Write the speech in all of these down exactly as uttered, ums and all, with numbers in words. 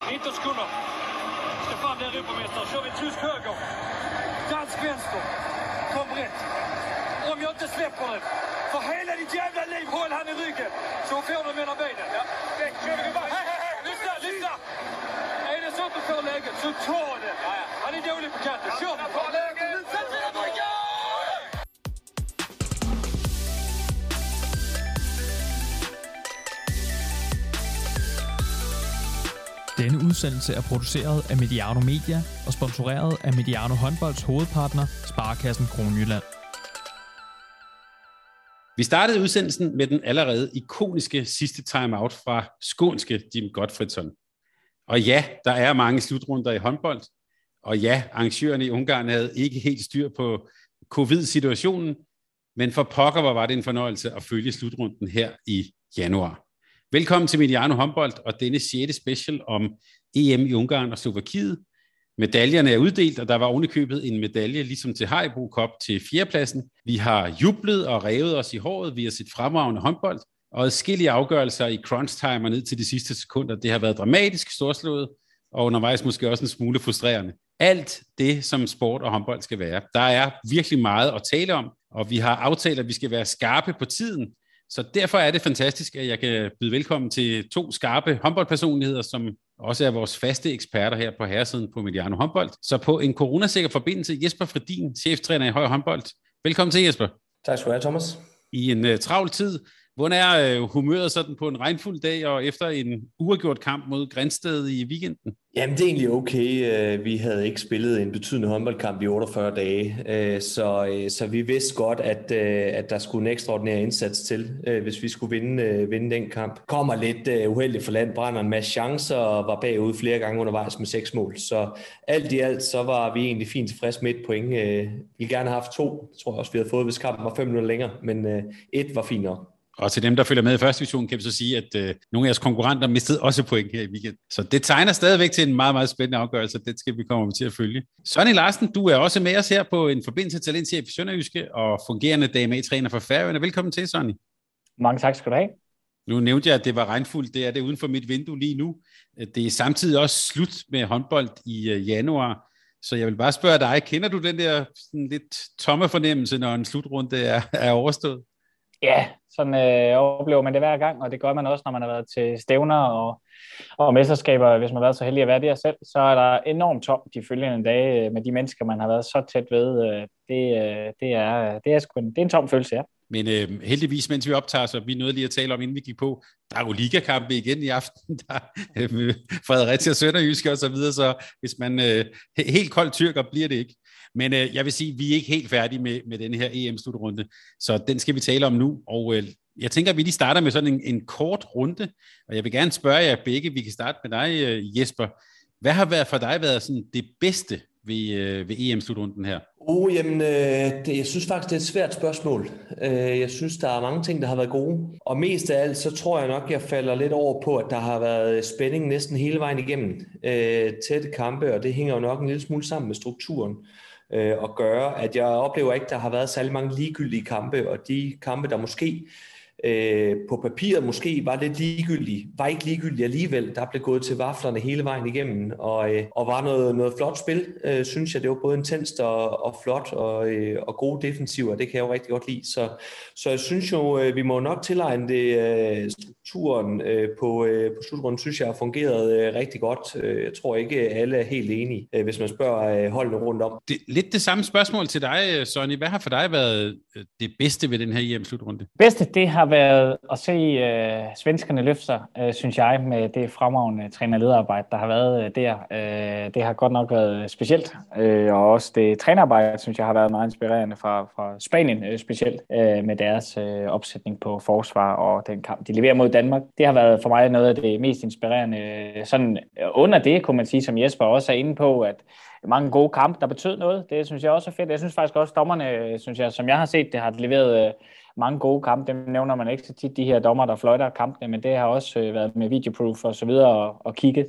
nitton sekunder. Stefan blir Europamästare. Kör vi tysk höger. Dansk vänster. Kom rätt. Om jag inte släpper den. För hela ditt jävla liv, håll han i ryggen. Så får du mellan benen. Ja. Kör vi bara. Lyssna, lyssna. Är det så att du får läget, så ta det. Han är dålig på kanten. Kör. Denne udsendelse er produceret af Mediano Media og sponsoreret af Mediano Håndbolds hovedpartner, Sparekassen Kronjylland. Vi startede udsendelsen med den allerede ikoniske sidste timeout fra skånske Jim Gottfridsson. Og ja, der er mange slutrunder i håndbold. Og ja, arrangørerne i Ungarn havde ikke helt styr på covid-situationen, men for pokker var det en fornøjelse at følge slutrunden her i januar. Velkommen til Mediano Håndbold og denne sjette special om E M i Ungarn og Slovakiet. Medaljerne er uddelt, og der var ovenikøbet en medalje, ligesom til Haribo Cup, til fjerdepladsen. Vi har jublet og revet os i håret, vi har set fremragende håndbold, og adskillige afgørelser i crunch time og ned til de sidste sekunder. Det har været dramatisk storslået, og undervejs måske også en smule frustrerende. Alt det, som sport og håndbold skal være. Der er virkelig meget at tale om, og vi har aftalt, at vi skal være skarpe på tiden. Så derfor er det fantastisk, at jeg kan byde velkommen til to skarpe håndboldpersonligheder, som også er vores faste eksperter her på herresiden på Mediano Håndbold. Så på en coronasikker forbindelse, Jesper Fredin, cheftræner i Høj Håndbold. Velkommen til, Jesper. Tak skal du have, Thomas. I en uh, travl tid. Hvordan er uh, humøret sådan på en regnfuld dag og efter en uafgjort kamp mod Grindsted i weekenden? Jamen, det er egentlig okay. Vi havde ikke spillet en betydende håndboldkamp i otteogfyrre dage, så, så vi vidste godt, at, at der skulle en ekstraordinær indsats til, hvis vi skulle vinde, vinde den kamp. Kommer lidt uheldigt for land, brænder en masse chancer og var bagud flere gange undervejs med seks mål. Så alt i alt, så var vi egentlig fint tilfreds med et point. Vi ville gerne have haft to, tror jeg også, vi havde fået, hvis kampen var fem minutter længere, men et var fint nok. Og til dem, der følger med i første division, kan vi så sige, at øh, nogle af jeres konkurrenter mistede også point her i weekenden. Så det tegner stadigvæk til en meget, meget spændende afgørelse, det skal vi komme til at følge. Sonny Larsen, du er også med os her på en forbindelse til talentchef i Sønderjyske og fungerende D M A-træner for Færøerne. Velkommen til, Sonny. Mange tak skal du have. Nu nævnte jeg, at det var regnfuldt. Det er det uden for mit vindue lige nu. Det er samtidig også slut med håndbold i øh, januar. Så jeg vil bare spørge dig, kender du den der sådan lidt tomme fornemmelse, når en slutrunde er, er overstået? Ja, sådan øh, oplever man det hver gang, og det gør man også, når man har været til stævner og, og mesterskaber. Hvis man har været så heldig at være der selv, så er der enormt tomt de følgende dage med de mennesker, man har været så tæt ved. Det, det, er, det, er, sgu en, det er en tom følelse, ja. Men øh, heldigvis, mens vi optager, så vi nåede lige at tale om, inden vi gik på, der er jo ligakampe igen i aften, der øh, Fredericia, Sønderjyske og så videre, så hvis man øh, helt koldt tyrker, bliver det ikke. Men øh, jeg vil sige, at vi er ikke helt færdige med, med den her E M-slutrunde, så den skal vi tale om nu. Og øh, jeg tænker, at vi lige starter med sådan en, en kort runde, og jeg vil gerne spørge jer begge. Vi kan starte med dig, øh, Jesper. Hvad har været for dig været sådan det bedste ved, øh, ved E M-slutrunden her? Oh, jamen, øh, det, jeg synes faktisk, det er et svært spørgsmål. Øh, jeg synes, der er mange ting, der har været gode. Og mest af alt, så tror jeg nok, jeg falder lidt over på, at der har været spænding næsten hele vejen igennem. Øh, tætte kampe, og det hænger jo nok en lille smule sammen med strukturen. Øh, og gøre, at jeg oplever ikke, der har været særlig mange ligegyldige kampe, og de kampe, der måske øh, på papiret måske var lidt ligegyldige, var ikke ligegyldige alligevel. Der blev gået til vaflerne hele vejen igennem, og, øh, og var noget, noget flot spil, øh, synes jeg. Det var både intenst og, og flot, og, øh, og gode defensiver, det kan jeg jo rigtig godt lide. Så, så jeg synes jo, øh, vi må nok tilegne det øh, strukturen øh, på, øh, på slutrunden, synes jeg har fungeret øh, rigtig godt. Jeg tror ikke, alle er helt enige, øh, hvis man spørger øh, holdene rundt om. Det, lidt det samme spørgsmål til dig, Sonny. Hvad har for dig været det bedste ved den her E M-slutrunde? Bedste, det har været at se øh, svenskerne løfte sig, øh, synes jeg, med det fremragende træner-lederarbejde, der har været øh, der. Øh, det har godt nok været specielt, øh, og også det trænerarbejde, synes jeg, har været meget inspirerende fra, fra Spanien øh, specielt, øh, med deres øh, opsætning på forsvar og den kamp, de leverer mod Danmark. Det har været for mig noget af det mest inspirerende. Sådan under det, kunne man sige, som Jesper også er inde på, at mange gode kampe, der betød noget. Det synes jeg også er fedt. Jeg synes faktisk også, dommerne, synes jeg, som jeg har set, det har leveret mange gode kampe. Dem nævner man ikke så tit, de her dommer, der fløjter kampene, men det har også været med videoproof og så videre og, og kigget.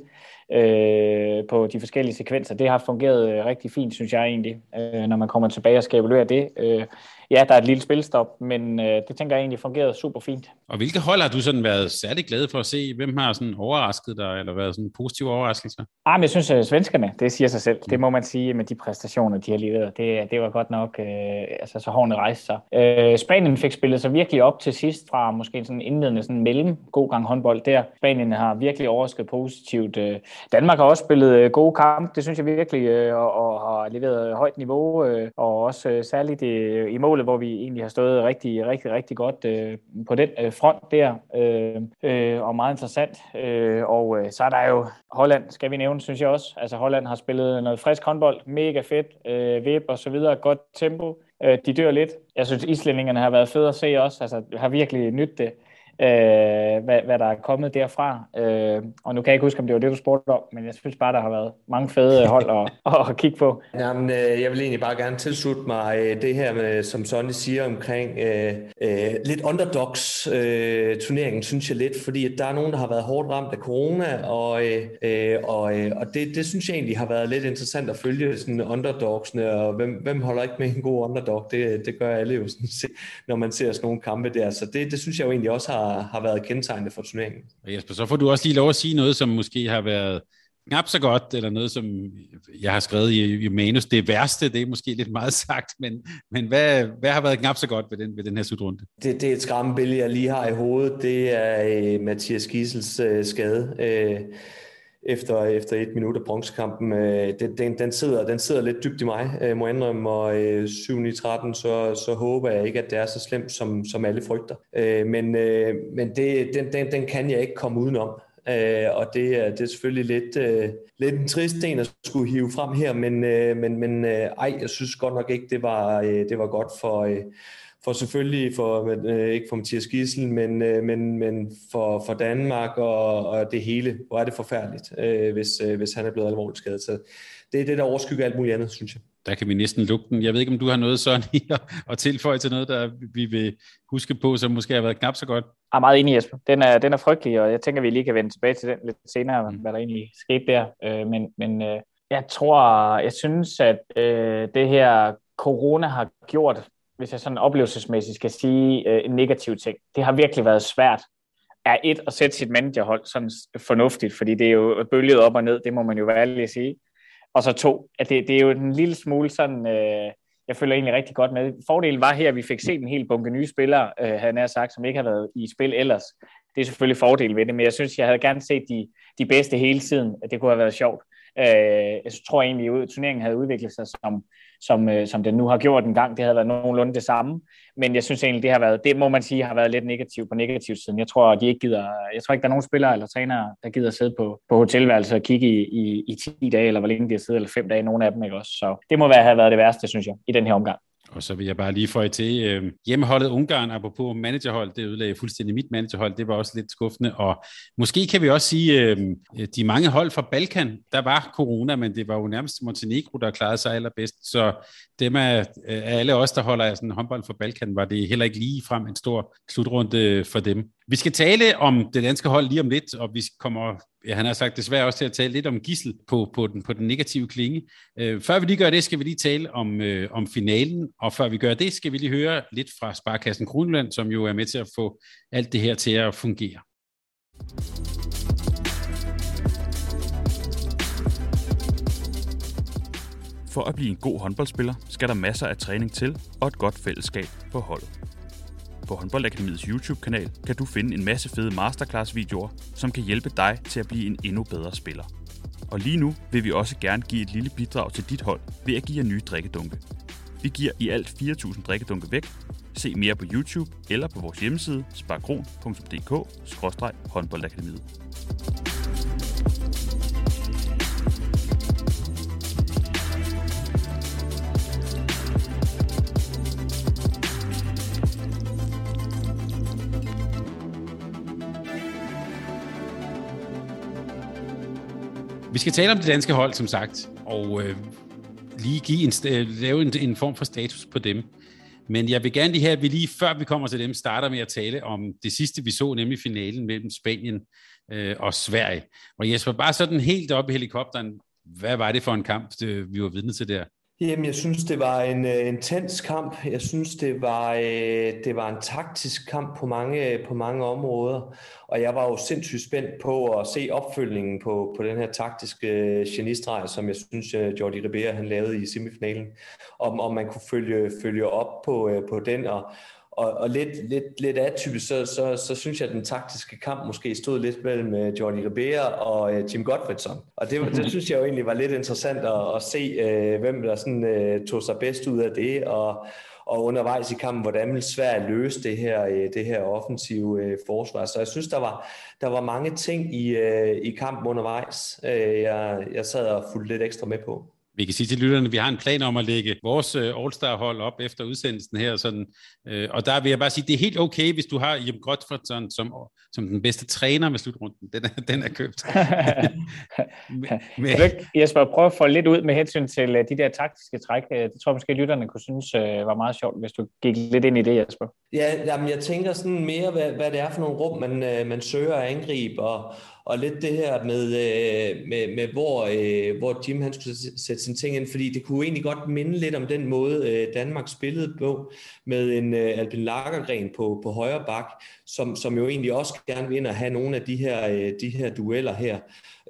øh, på de forskellige sekvenser. Det har fungeret øh, rigtig fint, synes jeg egentlig, øh, når man kommer tilbage og skal evaluere det. Øh, ja, der er et lille spilstop, men øh, det tænker jeg egentlig fungerede super fint. Og hvilke hold har du sådan været særlig glad for at se? Hvem har sådan overrasket dig, eller været sådan positive overraskelser? Ah, men jeg synes, at svenskerne, det siger sig selv. Det må man sige med de præstationer, de har leveret. Det, det var godt nok, øh, altså så hårene rejste sig. Øh, Spanien fik spillet sig virkelig op til sidst fra måske sådan indledende sådan mellem god gang håndbold der. Spanien har virkelig overrasket positivt. Øh, Danmark har også spillet øh, gode kampe, det synes jeg virkelig, øh, og, og har leveret højt niveau, øh, og også øh, særligt øh, i målet, hvor vi egentlig har stået rigtig, rigtig, rigtig godt øh, på den øh, front der, øh, øh, og meget interessant. Øh, og øh, så er der jo Holland, skal vi nævne, synes jeg også. Altså Holland har spillet noget frisk håndbold, mega fedt, øh, vip og så videre, godt tempo. Øh, de dør lidt. Jeg synes, islændingerne har været fede at se også, altså har virkelig nydt det. Øh, hvad, hvad der er kommet derfra. Øh, og nu kan jeg ikke huske, om det var det, du spurgte om, men jeg synes bare, der har været mange fede hold at, at kigge på. Jamen, øh, jeg vil egentlig bare gerne tilslutte mig øh, det her, med, som Sonny siger omkring øh, øh, lidt underdogs-turneringen, øh, synes jeg lidt, fordi at der er nogen, der har været hårdt ramt af corona, og, øh, og, øh, og det, det synes jeg egentlig har været lidt interessant at følge sådan underdogsene, og hvem, hvem holder ikke med en god underdog? Det, det gør alle jo, sådan, når man ser sådan nogle kampe der, så det, det synes jeg jo egentlig også har har været kendetegnende for turneringen. Og Jesper, så får du også lige lov at sige noget, som måske har været knap så godt, eller noget, som jeg har skrevet i, i manus. Det værste, det er måske lidt meget sagt, men, men hvad, hvad har været knap så godt ved den, ved den her slutrunde? Det, det er et skræmmebillede, jeg lige har i hovedet. Det er uh, Mathias Giesels uh, skade. Uh, Efter, efter et minut af bronzekampen. Øh, den, den, sidder, den sidder lidt dybt i mig, øh, må indrømme, og øh, syv ni tretten, så, så håber jeg ikke, at det er så slemt, som, som alle frygter. Øh, men øh, men det, den, den, den kan jeg ikke komme udenom. Øh, og det er, det er selvfølgelig lidt, øh, lidt en trist en at skulle hive frem her, men, øh, men, men øh, ej, jeg synes godt nok ikke, det var, øh, det var godt for... Øh, For selvfølgelig, for, øh, ikke for Mathias Giesel, men, øh, men, men for, for Danmark og, og det hele. Hvor er det forfærdeligt, øh, hvis, øh, hvis han er blevet alvorligt skadet. Så det er det, der overskygger alt muligt andet, synes jeg. Der kan vi næsten lukke den. Jeg ved ikke, om du har noget sådan i at, at tilføje til noget, der vi vil huske på, som måske har været knap så godt. Jeg er meget enig, Jesper. Den er, den er frygtelig, og jeg tænker, vi lige kan vende tilbage til den lidt senere, mm. hvad der egentlig skete der. Øh, men men øh, jeg tror, jeg synes, at øh, det her corona har gjort, hvis jeg sådan oplevelsesmæssigt skal sige øh, en negativ ting. Det har virkelig været svært. Er et at sætte sit managerhold sådan fornuftigt, fordi det er jo bølget op og ned, det må man jo være ærlig at sige. Og så to, at det, det er jo en lille smule sådan, øh, jeg føler egentlig rigtig godt med. Fordelen var her, at vi fik set en hel bunke nye spillere, øh, havde jeg sagt, som ikke har været i spil ellers. Det er selvfølgelig fordel ved det, men jeg synes, jeg havde gerne set de, de bedste hele tiden, at det kunne have været sjovt. Øh, jeg tror egentlig, at turneringen havde udviklet sig som Som, øh, som den nu har gjort en gang. Det havde været nogenlunde det samme, men jeg synes egentlig, det har været, det må man sige, har været lidt negativt på negativ siden. Jeg tror, de ikke gider, jeg tror ikke, der er nogen spillere eller trænere, der gider sidde på, på hotelværelset og kigge i, i, i ti dage, eller hvor længe de har siddet, eller fem dage, nogle af dem, ikke også? Så det må være, have været det værste, synes jeg, i den her omgang. Og så vil jeg bare lige føje til, øh, hjemmeholdet Ungarn, apropos managerhold, det ødelagde fuldstændig mit managerhold, det var også lidt skuffende, og måske kan vi også sige, øh, de mange hold fra Balkan, der var corona, men det var jo nærmest Montenegro, der klarede sig allerbedst, så dem af, af alle os, der holder af sådan håndbold fra Balkan, var det heller ikke lige frem en stor slutrunde for dem. Vi skal tale om det danske hold lige om lidt, og vi kommer, ja, han har sagt desværre også til at tale lidt om Giesel på, på, den, på den negative klinge. Øh, før vi lige gør det, skal vi lige tale om, øh, om finalen, og før vi gør det, skal vi lige høre lidt fra Sparekassen Kronjylland, som jo er med til at få alt det her til at fungere. For at blive en god håndboldspiller, skal der masser af træning til og et godt fællesskab på holdet. På Håndboldakademiets YouTube-kanal kan du finde en masse fede masterclass-videoer, som kan hjælpe dig til at blive en endnu bedre spiller. Og lige nu vil vi også gerne give et lille bidrag til dit hold ved at give jer nye drikkedunke. Vi giver i alt fire tusind drikkedunke væk. Se mere på YouTube eller på vores hjemmeside sparkron punktum d k skråstreg håndboldakademiet. Vi skal tale om det danske hold, som sagt, og øh, lige give en, lave en, en form for status på dem. Men jeg vil gerne lige have, at vi lige før vi kommer til dem, starter med at tale om det sidste, vi så, nemlig finalen mellem Spanien øh, og Sverige. Og Jesper, bare sådan helt op i helikopteren, hvad var det for en kamp, det, vi var vidne til der? Jamen, jeg synes, det var en uh, intens kamp. Jeg synes, det var, uh, det var en taktisk kamp på mange, på mange områder. Og jeg var jo sindssygt spændt på at se opfølgningen på, på den her taktiske uh, genistreg, som jeg synes, uh, Jordi Ribera han lavede i semifinalen. Om, om man kunne følge, følge op på, uh, på den. Og, og, og lidt, lidt, lidt atypisk, så, så, så synes jeg, at den taktiske kamp måske stod lidt mellem Jordi Ribera og uh, Jim Gottfredsson. Og det, det synes jeg jo egentlig var lidt interessant at, at se, uh, hvem der sådan, uh, tog sig bedst ud af det, og, og undervejs i kampen, hvordan ville Sverige løse det her, uh, det her offensive uh, forsvar. Så jeg synes, der var, der var mange ting i, uh, i kampen undervejs, uh, jeg, jeg sad og fulgte lidt ekstra med på. Vi kan sige til lytterne, at vi har en plan om at lægge vores All-Star-hold op efter udsendelsen her. Sådan, øh, og der vil jeg bare sige, at det er helt okay, hvis du har Jim Gottfredsson som, som den bedste træner med slutrunden. Den er, den er købt. men, men... Jesper, prøv at få lidt ud med hensyn til de der taktiske træk. Det tror jeg måske, lytterne kunne synes var meget sjovt, hvis du gik lidt ind i det, Jesper. Ja, jamen, jeg tænker sådan mere, hvad, hvad det er for nogle rum, man, man søger at angribe, og Og lidt det her med, med, med hvor, hvor Jim han skulle sætte sine ting ind, fordi det kunne egentlig godt minde lidt om den måde, Danmark spillede på, med en Albin Lagergren på, på højre bak, som, som jo egentlig også gerne vil ind og have nogle af de her, de her dueller her.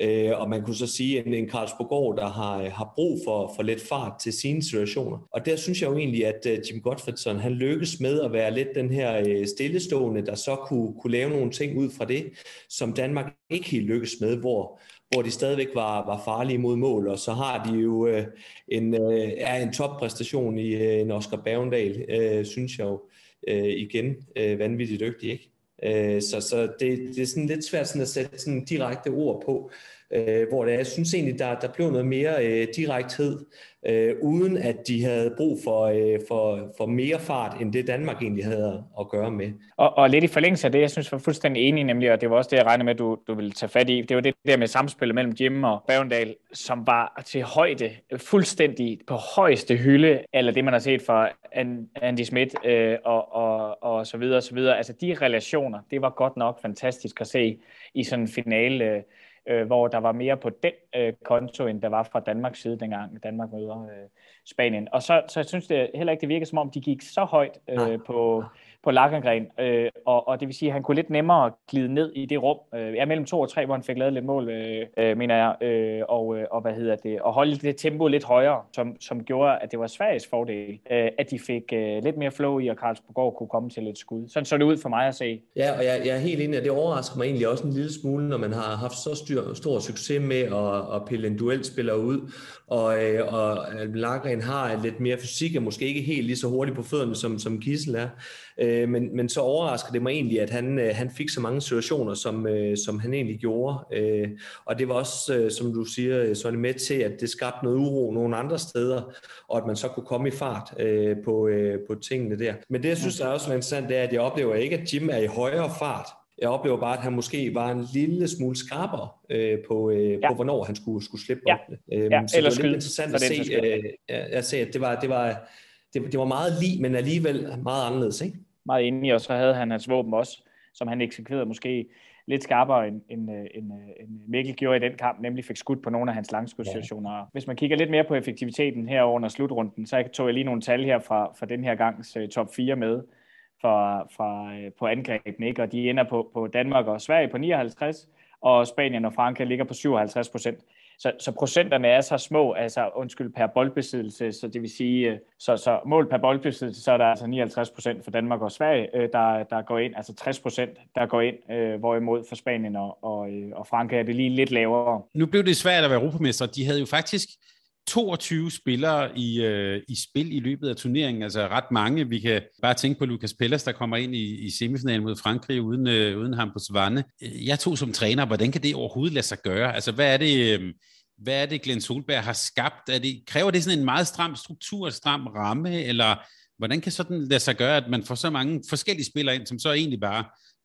Og man kunne så sige, en, en Karlsborg, der har, har brug for, for lidt fart til sine situationer. Og der synes jeg jo egentlig, at Jim Gottfredsson, han lykkes med at være lidt den her stillestående, der så kunne, kunne lave nogle ting ud fra det, som Danmark ikke helt lykkes med, hvor, hvor de stadigvæk var, var farlige mod mål. Og så har de jo øh, en, øh, er en toppræstation i øh, en Oscar Bergendal, øh, synes jeg jo øh, igen øh, vanvittigt dygtig, ikke? Så, så det, det er sådan lidt svært sådan at sætte sådan direkte ord på, øh, hvor det er. Jeg synes egentlig, der, der blev noget mere øh, direkthed, øh, uden at de havde brug for, øh, for, for mere fart, end det Danmark egentlig havde at gøre med. Og, og lidt i forlængelse af det, jeg synes var fuldstændig enig, nemlig, og det var også det, jeg regnede med, at du, du ville tage fat i, det var det der med samspillet mellem Jim og Bergendal, som var til højde, fuldstændig på højeste hylde, eller det, man har set fra Andy Schmidt øh, og, og, og så videre, og så videre. Altså de relationer, det var godt nok fantastisk at se i sådan en finale, øh, hvor der var mere på den øh, konto, end der var fra Danmarks side, dengang Danmark møder øh, Spanien. Og så, så jeg synes det heller ikke, det virker som om, de gik så højt øh, på, på Lagergren, øh, og, og det vil sige, at han kunne lidt nemmere glide ned i det rum. Øh, ja, mellem to og tre, hvor han fik lavet lidt mål, øh, øh, mener jeg, øh, og, øh, og hvad hedder det, og holde det tempo lidt højere, som, som gjorde, at det var Sveriges fordel, øh, at de fik øh, lidt mere flow i, og Karlsborg kunne komme til et skud. Sådan så det ud for mig at se. Ja, og jeg, jeg er helt enig, og det overrasker mig egentlig også en lille smule, når man har haft så styr, stor succes med at, at pille en duelspiller ud, og, øh, og Lagergren har lidt mere fysik, og måske ikke helt lige så hurtigt på fødderne, som, som Kissel er. Øh, men, men så overrasker det mig egentlig, at han, øh, han fik så mange situationer, som, øh, som han egentlig gjorde. Øh, og det var også, øh, som du siger, så er det med til, at det skabte noget uro nogle andre steder, og at man så kunne komme i fart øh, på, øh, på tingene der. Men det, jeg synes, der er også interessant, det er, at jeg oplever ikke, at Jim er i højere fart. Jeg oplever bare, at han måske var en lille smule skarpere øh, på, øh, ja. på, hvornår han skulle, skulle slippe boldene. Ja. Ja, så det var lidt interessant at se, øh, at se, at det var, det, var, det, det var meget lig, men alligevel meget anderledes, ikke? Meget enig, og så havde han hans våben også, som han eksekverede måske lidt skarpere, end, end, end, end Mikkel gjorde i den kamp, nemlig fik skudt på nogle af hans langskudsituationer. Ja. Hvis man kigger lidt mere på effektiviteten her under slutrunden, så tog jeg lige nogle tal her fra, fra den her gangs uh, top fire med fra, fra, uh, på angrebene, ikke? Og de ender på, på Danmark og Sverige på nioghalvtreds, og Spanien og Frankrig ligger på syvoghalvtreds procent. Så, så procenterne er så små, altså undskyld, per boldbesiddelse, så det vil sige, så, så mål per boldbesiddelse, så er der altså nioghalvtreds procent for Danmark og Sverige, der, der går ind, altså tres procent, der går ind, øh, hvorimod for Spanien og, og, og Frankrig er det lige lidt lavere. Nu blev det svært at være europamester. De havde jo faktisk toogtyve spillere i, øh, i spil i løbet af turneringen, altså ret mange. Vi kan bare tænke på Lucas Pellas, der kommer ind i, i semifinalen mod Frankrig uden, øh, uden ham på Svanne. Jeg tog som træner, hvordan kan det overhovedet lade sig gøre? Altså, hvad er det, øh, hvad er det Glenn Solberg har skabt? Er det, kræver det sådan en meget stram struktur, stram ramme, eller hvordan kan sådan lade sig gøre, at man får så mange forskellige spillere ind, som så egentlig bare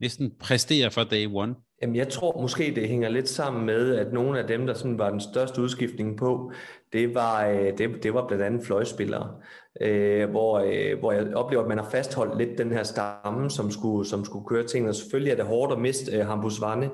næsten præstere fra day one? Jamen, jeg tror måske, det hænger lidt sammen med, at nogle af dem, der sådan var den største udskiftning på, det var, det, det var blandt andet fløjspillere, øh, hvor, øh, hvor jeg oplever, at man har fastholdt lidt den her stamme, som skulle, som skulle køre tingene. Og selvfølgelig er det hårdt at miste øh, Hampus Vanne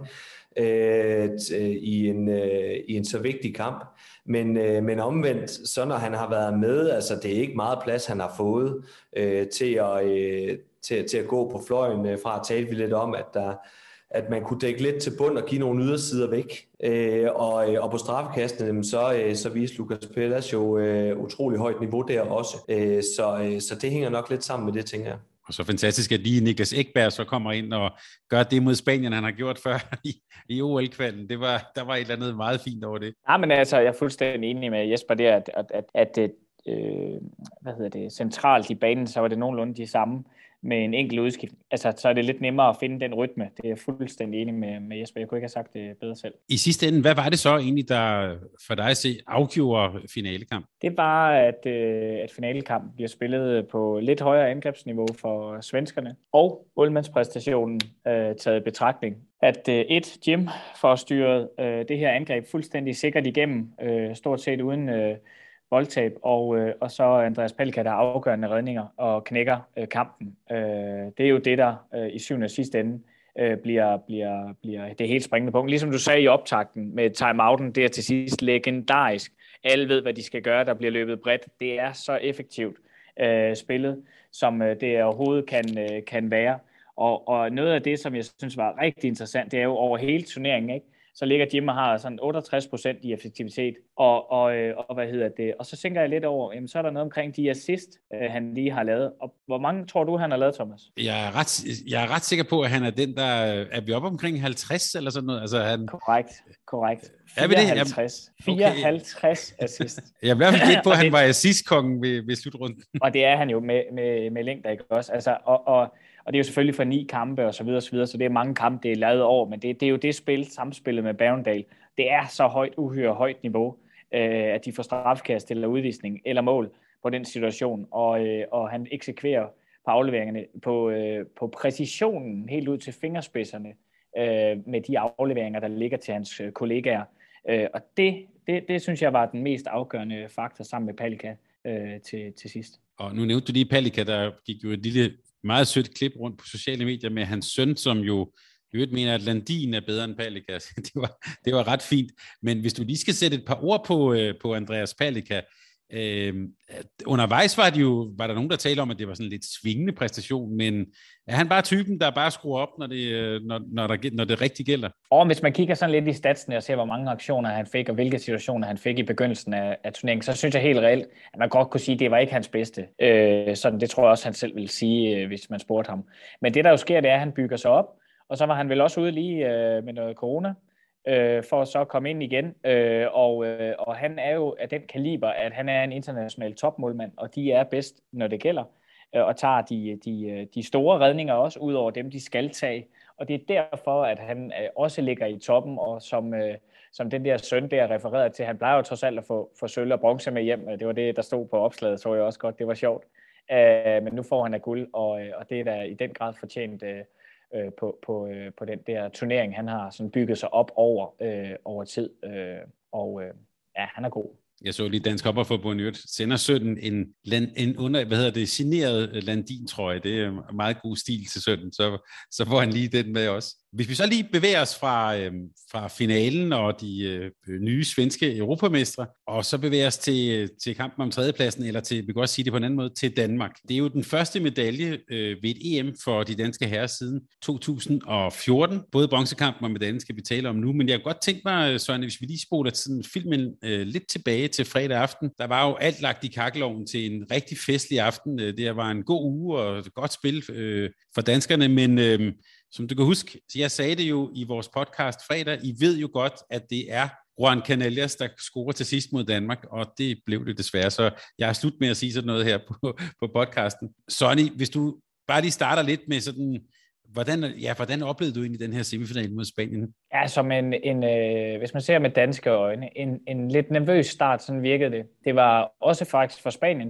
øh, i, en, øh, i en så vigtig kamp. Men, øh, men omvendt, så når han har været med, altså det er ikke meget plads, han har fået øh, til, at, øh, til, til at gå på fløjen. Fra at tale vi lidt om, at der at man kunne dække lidt til bund og give nogle ydersider væk. Øh, og, og på straffekastene, så, så viste Lucas Pellas jo øh, utrolig højt niveau der også. Øh, så, så det hænger nok lidt sammen med det, tænker jeg. Og så fantastisk, at lige Niklas Ekberg så kommer ind og gør det mod Spanien, han har gjort før i, i O L-kvalden. Det var, der var et eller andet meget fint over det. Ja, men altså, jeg er fuldstændig enig med Jesper der, at, at, at, at øh, hvad hedder det, centralt i banen, så var det nogenlunde de samme med en enkelt udskiftning. Altså, så er det lidt nemmere at finde den rytme. Det er jeg fuldstændig enig med, med Jesper. Jeg kunne ikke have sagt det bedre selv. I sidste ende, hvad var det så egentlig, der for dig at se afgjorde finalekamp? Det var, at, at finalekampen bliver spillet på lidt højere angrebsniveau for svenskerne. Og målmandspræstationen øh, taget i betragtning. At øh, et, Jim får styret øh, det her angreb fuldstændig sikkert igennem, øh, stort set uden øh, boldtab, og, øh, og så Andreas Palika, der afgørende redninger og knækker øh, kampen. Øh, det er jo det, der øh, i syvende og sidste ende øh, bliver, bliver, bliver det helt springende punkt. Ligesom du sagde i optakten med timeouten, det er til sidst legendarisk. Alle ved, hvad de skal gøre, der bliver løbet bredt. Det er så effektivt øh, spillet, som øh, det overhovedet kan, øh, kan være. Og, og noget af det, som jeg synes var rigtig interessant, det er jo over hele turneringen, ikke? Så ligger Jim og har sådan otteogtres procent i effektivitet, og, og, og hvad hedder det? Og så tænker jeg lidt over, jamen så er der noget omkring de assist, øh, han lige har lavet. Og hvor mange tror du, han har lavet, Thomas? Jeg er ret, jeg er ret sikker på, at han er den, der er vi oppe omkring halvtreds eller sådan noget. Altså, han... Korrekt, korrekt. fireoghalvtreds. fireoghalvtreds assist. Jeg er i hvert fald gæt på, at han var assistkongen ved, ved slutrunden. Og det er han jo med, med, med længder, ikke også? Altså, og, og, og det er jo selvfølgelig for ni kampe og så videre, og så videre, så det er mange kampe, det er lavet over, men det, det er jo det spil, samspillet med Bergendal. Det er så højt, uhyre højt niveau, øh, at de får straffekast eller udvisning eller mål på den situation, og, øh, og han eksekverer på afleveringerne, på, øh, på præcisionen helt ud til fingerspidserne øh, med de afleveringer, der ligger til hans øh, kollegaer. Øh, og det, det, det synes jeg var den mest afgørende faktor sammen med Palika øh, til, til sidst. Og nu nævnte du lige Palika, der gik jo et lille meget sødt klip rundt på sociale medier med hans søn, som jo i øvrigt mener, at Landin er bedre end Palika. Det var, det var ret fint. Men hvis du lige skal sætte et par ord på, på Andreas Palika, øh, undervejs var, det jo, var der nogen, der talte om, at det var sådan en lidt svingende præstation, men er han bare typen, der bare skruer op, når det, når, når der, når det rigtig gælder? Og hvis man kigger sådan lidt i statsene og ser, hvor mange aktioner han fik, og hvilke situationer han fik i begyndelsen af, af turneringen, så synes jeg helt reelt, at man godt kunne sige, at det var ikke hans bedste. Øh, sådan, det tror jeg også, han selv ville sige, øh, hvis man spurgte ham. Men det, der jo sker, det er, at han bygger sig op, og så var han vel også ude lige øh, med noget corona, øh, for at så komme ind igen. Øh, og, øh, og han er jo af den kaliber, at han er en international topmålmand, og de er bedst, når det gælder, øh, og tager de, de, de store redninger også, ud over dem, de skal tage. Og det er derfor, at han øh, også ligger i toppen, og som, øh, som den der søn der refererede til, han plejer jo trods alt at få, få sølv og bronze med hjem. Det var det, der stod på opslaget, så jeg også godt. Det var sjovt. Øh, men nu får han af guld, og, og det er da i den grad fortjent øh, På, på, på den der turnering, han har sådan bygget sig op over, øh, over tid, øh, og øh, ja, han er god. Jeg så lige Dansk Hopperforbund i øvrigt sender sønnen en, en under, hvad hedder det, signeret Landin-trøje. Det er meget god stil til sønnen, så, så får han lige den med også. Hvis vi så lige bevæger os fra, øh, fra finalen og de øh, nye svenske europamestre, og så bevæger os til, til kampen om tredjepladsen, eller til, vi kan også sige det på en anden måde, til Danmark. Det er jo den første medalje øh, ved et E M for de danske herrer siden to tusind og fjorten. Både bronzekampen og medaljen skal vi tale om nu, men jeg kunne godt tænke mig, Søren, hvis vi lige spoler sådan filmen øh, lidt tilbage til fredag aften. Der var jo alt lagt i kakkeloven til en rigtig festlig aften. Det var en god uge og et godt spil øh, for danskerne, men øh, som du kan huske, jeg sagde det jo i vores podcast fredag, I ved jo godt, at det er Juan Canellas, der scorer til sidst mod Danmark, og det blev det desværre, så jeg er slut med at sige sådan noget her på, på podcasten. Sonny, hvis du bare lige starter lidt med sådan, hvordan, ja, hvordan oplevede du egentlig den her semifinal mod Spanien? Ja, som en, en øh, hvis man ser med danske øjne, en, en lidt nervøs start, sådan virkede det. Det var også faktisk for Spanien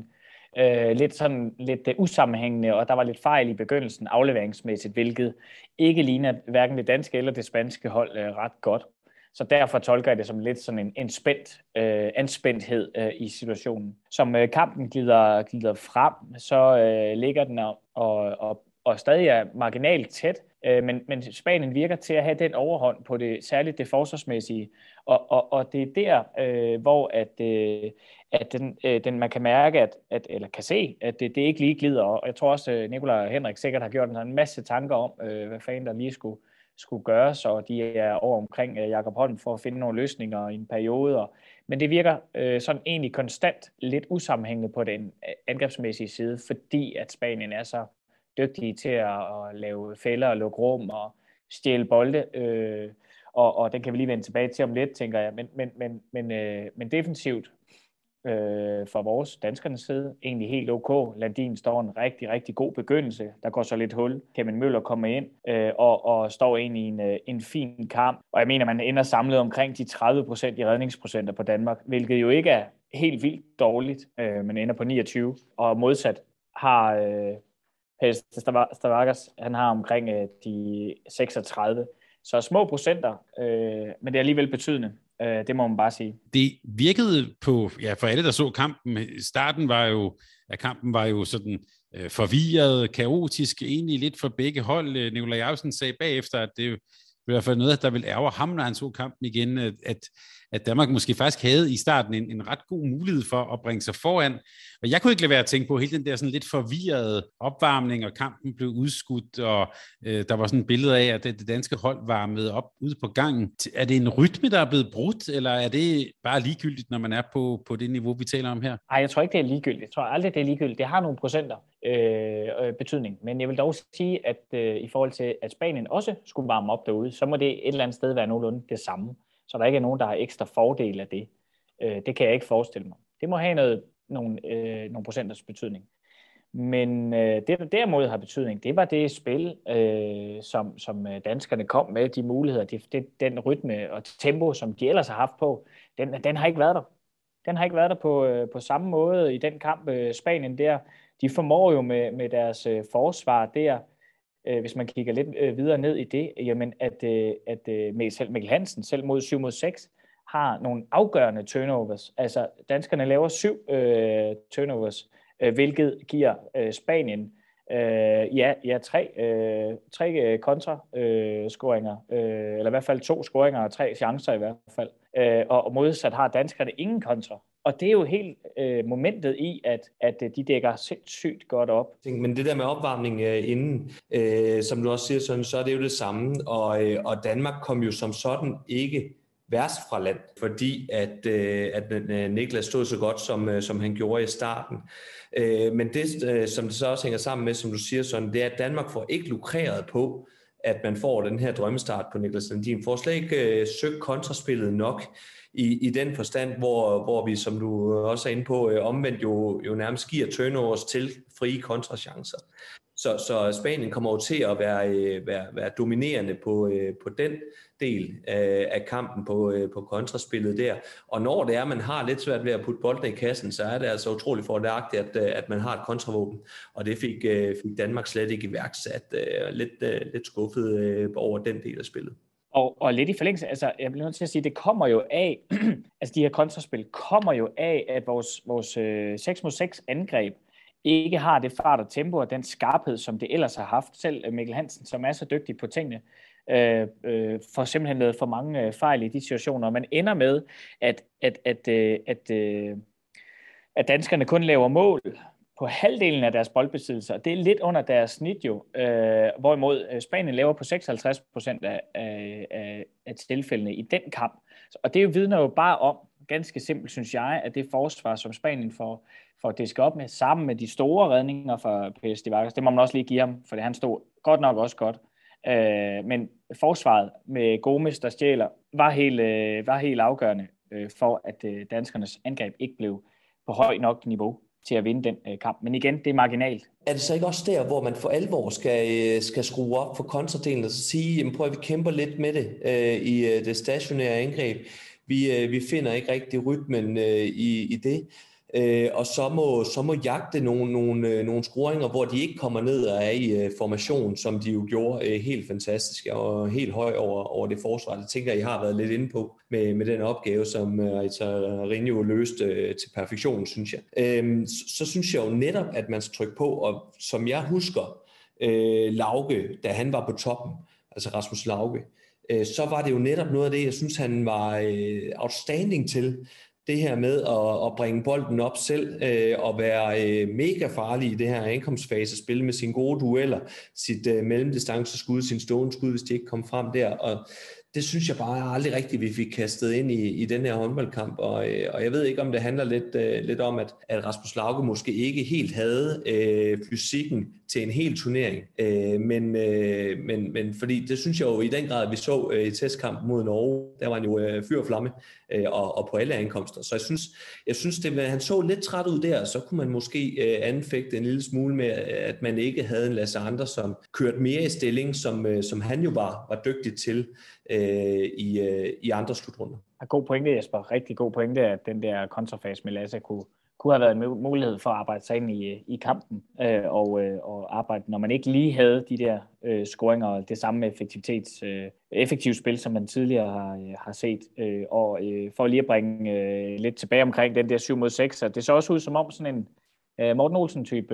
Øh, lidt sådan lidt uh, usammenhængende, og der var lidt fejl i begyndelsen afleveringsmæssigt, hvilket ikke ligner hverken det danske eller det spanske hold uh, ret godt. Så derfor tolker jeg det som lidt sådan en, en spændt, uh, anspændthed uh, i situationen. Som uh, kampen glider, glider frem, så uh, ligger den og, og, og stadig er marginalt tæt, uh, men, men Spanien virker til at have den overhånd på det, særligt det forsvarsmæssige, og, og, og det er der, uh, hvor at uh, at den, øh, den, man kan mærke, at, at, eller kan se, at det, det ikke lige glider. Og jeg tror også, at Nicolai og Henrik sikkert har gjort en masse tanker om, øh, hvad fanden der lige skulle, skulle gøres, og de er over omkring øh, Jakob Holm for at finde nogle løsninger i en periode. Men det virker øh, sådan egentlig konstant lidt usammenhængende på den angrebsmæssige side, fordi at Spanien er så dygtige til at, at lave fælder og lukke rum og stjæle bolde, øh, og, og den kan vi lige vende tilbage til om lidt, tænker jeg. Men, men, men, men, øh, men defensivt, Øh, fra vores danskernes side, egentlig helt ok. Landin står en rigtig, rigtig god begyndelse. Der går så lidt hul. Kevin Møller kommer ind øh, og, og står ind i en, øh, en fin kamp. Og jeg mener, man ender samlet omkring de tredive procent i redningsprocenter på Danmark, hvilket jo ikke er helt vildt dårligt. Øh, man ender på niogtyve. Og modsat har øh, Pérez Stavárgas, han har omkring øh, de seksogtredive. Så små procenter, øh, men det er alligevel betydende. Det må man bare sige. Det virkede på, ja, for alle, der så kampen, starten var jo, ja, kampen var jo sådan øh, forvirret, kaotisk, egentlig lidt for begge hold. Nicolai Jacobsen sagde bagefter, at det i hvert fald noget, der ville ærge ham, når han så kampen igen, at, at Danmark måske faktisk havde i starten en, en ret god mulighed for at bringe sig foran. Og jeg kunne ikke lade være at tænke på hele den der sådan lidt forvirrede opvarmning, og kampen blev udskudt, og øh, der var sådan et billede af, at det, det danske hold varmede op ude på gangen. Er det en rytme, der er blevet brudt, eller er det bare ligegyldigt, når man er på, på det niveau, vi taler om her? Nej, jeg tror ikke, det er ligegyldigt. Jeg tror aldrig, det er ligegyldigt. Det har nogle procenter øh, øh, betydning. Men jeg vil dog sige, at øh, i forhold til, at Spanien også skulle varme op derude, så må det et eller andet sted være nogenlunde det samme. Så der ikke er nogen, der har ekstra fordel af det. Øh, det kan jeg ikke forestille mig. Det må have noget, nogle, øh, nogle procenters betydning. Men øh, det, der derimod har betydning, det var det spil, øh, som, som danskerne kom med, de muligheder, de, det, den rytme og tempo, som de ellers har haft på, den, den har ikke været der. Den har ikke været der på, øh, på samme måde i den kamp. Øh, Spanien der, de formår jo med, med deres øh, forsvar der, øh, hvis man kigger lidt øh, videre ned i det, jamen at, øh, at øh, selv Mikkel Hansen, selv mod syv mod seks, har nogle afgørende turnovers. Altså danskerne laver syv øh, turnovers, øh, hvilket giver øh, Spanien øh, ja, ja, tre, øh, tre kontra-scoringer, øh, øh, eller i hvert fald to scoringer og tre chancer i hvert fald. Øh, og modsat har danskerne ingen kontra. Og det er jo helt øh, momentet i, at, at de dækker sindssygt godt op. Men det der med opvarmning øh, inden, øh, som du også siger, sådan, så er det jo det samme. Og, øh, og Danmark kom jo som sådan ikke værst fra land, fordi at, øh, at øh, Niklas stod så godt, som, øh, som han gjorde i starten. Øh, men det, øh, som det så også hænger sammen med, som du siger sådan, det er, at Danmark får ikke lukreret på, at man får den her drømmestart på Niklas Landin. Får slet ikke øh, søgt kontraspillet nok i, i den forstand, hvor, hvor vi, som du også er inde på, øh, omvendt jo, jo nærmest giver turnovers til frie kontrachancer. Så, så Spanien kommer jo til at være, være, være dominerende på, på den del af kampen på, på kontraspillet der. Og når det er, man har lidt svært ved at putte bolden i kassen, så er det altså utroligt fordelagtigt, at, at man har et kontravåben. Og det fik, fik Danmark slet ikke iværksat. Lidt, lidt skuffet over den del af spillet. Og, og lidt i forlængelse, altså jeg bliver nødt til at sige, det kommer jo af, altså de her kontraspil kommer jo af, at vores, vores øh, seks mod seks angreb ikke har det fart og tempo og den skarphed, som det ellers har haft. Selv Mikkel Hansen, som er så dygtig på tingene, øh, øh, får simpelthen lavet for mange øh, fejl i de situationer. Og man ender med, at, at, at, øh, at, øh, at danskerne kun laver mål på halvdelen af deres boldbesiddelser. Det er lidt under deres snit jo, øh, hvorimod Spanien laver på seksoghalvtreds procent af, af, af tilfældene i den kamp. Og det vidner jo bare om, ganske simpelt synes jeg, at det forsvar, som Spanien får, får disket op med, sammen med de store redninger fra Pérez Stavárgas, det må man også lige give ham, for han stod godt nok også godt. Øh, men forsvaret med Gomes, der stjæler, var helt, øh, var helt afgørende øh, for, at øh, danskernes angreb ikke blev på høj nok niveau til at vinde den øh, kamp. Men igen, det er marginalt. Er det så ikke også der, hvor man for alvor skal, skal skrue op for kontradelen og så sige, jamen prøv at vi kæmper lidt med det øh, i øh, det stationære angreb. Vi, øh, vi finder ikke rigtig rytmen øh, i, i det. øh, og så må, så må jagte nogle, nogle, nogle scoringer, hvor de ikke kommer ned og er i uh, formation, som de jo gjorde uh, helt fantastisk og helt høj over, over det forsvar. Det tænker jeg, I har været lidt inde på med, med den opgave, som uh, Rinjo løste uh, til perfektion, synes jeg. Øh, så, så synes jeg jo netop, at man skal trykke på, og som jeg husker, uh, Lauge, da han var på toppen, altså Rasmus Lauge, så var det jo netop noget af det, jeg synes, han var øh, outstanding til. Det her med at, at bringe bolden op selv øh, og være øh, mega farlig i det her ankomstfase, spille med sine gode dueller, sit øh, mellemdistanceskud, sin stående skud, hvis de ikke kom frem der. Og det synes jeg bare aldrig rigtigt, vi fik kastet ind i, i den her håndboldkamp. Og, øh, og jeg ved ikke, om det handler lidt, øh, lidt om, at, at Rasmus Lauge måske ikke helt havde øh, fysikken til en hel turnering. Øh, men, øh, men, men fordi det synes jeg jo i den grad, vi så øh, i testkampen mod Norge, der var han jo øh, fyr og flamme øh, og, og på alle ankomster. Så jeg synes, jeg synes det, han så lidt træt ud der, så kunne man måske øh, anfægte en lille smule med, at man ikke havde en Lasse Andre, som kørte mere i stilling, som, øh, som han jo var, var dygtig til øh, i, øh, i andre slutrunder. God pointe, Jesper. Rigtig god pointe, at den der kontrafase med Lasse kunne kunne have været en mulighed for at arbejde sig ind i, i kampen øh, og, øh, og arbejde, når man ikke lige havde de der øh, scoringer og det samme effektivitets, øh, effektivt spil, som man tidligere har, øh, har set. Øh, og øh, for lige at bringe øh, lidt tilbage omkring den der syv mod seks, det så også ud som om sådan en øh, Morten Olsen-type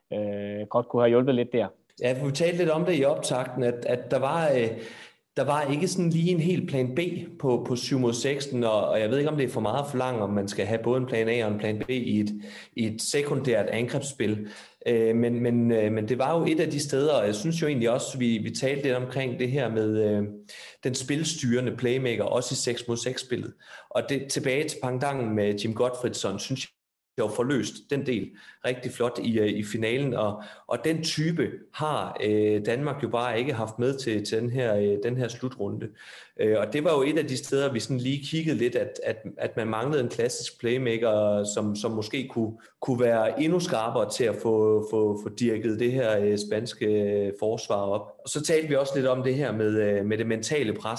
øh, godt kunne have hjulpet lidt der. Ja, vi talte lidt om det i optakten, at, at der var... Øh Der var ikke sådan lige en helt plan B på, på syv mod seks, og, og jeg ved ikke, om det er for meget for langt, om man skal have både en plan A og en plan B i et, i et sekundært angrebsspil. Øh, men, men, øh, men det var jo et af de steder, og jeg synes jo egentlig også, vi, vi talte lidt omkring det her med øh, den spilstyrende playmaker, også i seks mod seks-spillet. Og det, tilbage til pangdangen med Jim Gottfridsson, synes jeg, jo forløst den del rigtig flot i, i finalen, og, og den type har øh, Danmark jo bare ikke haft med til, til den, her, øh, den her slutrunde. Øh, og det var jo et af de steder, vi sådan lige kiggede lidt, at, at, at man manglede en klassisk playmaker, som, som måske kunne, kunne være endnu skarpere til at få, få, få dirket det her øh, spanske øh, forsvar op. Og så talte vi også lidt om det her med, øh, med det mentale pres,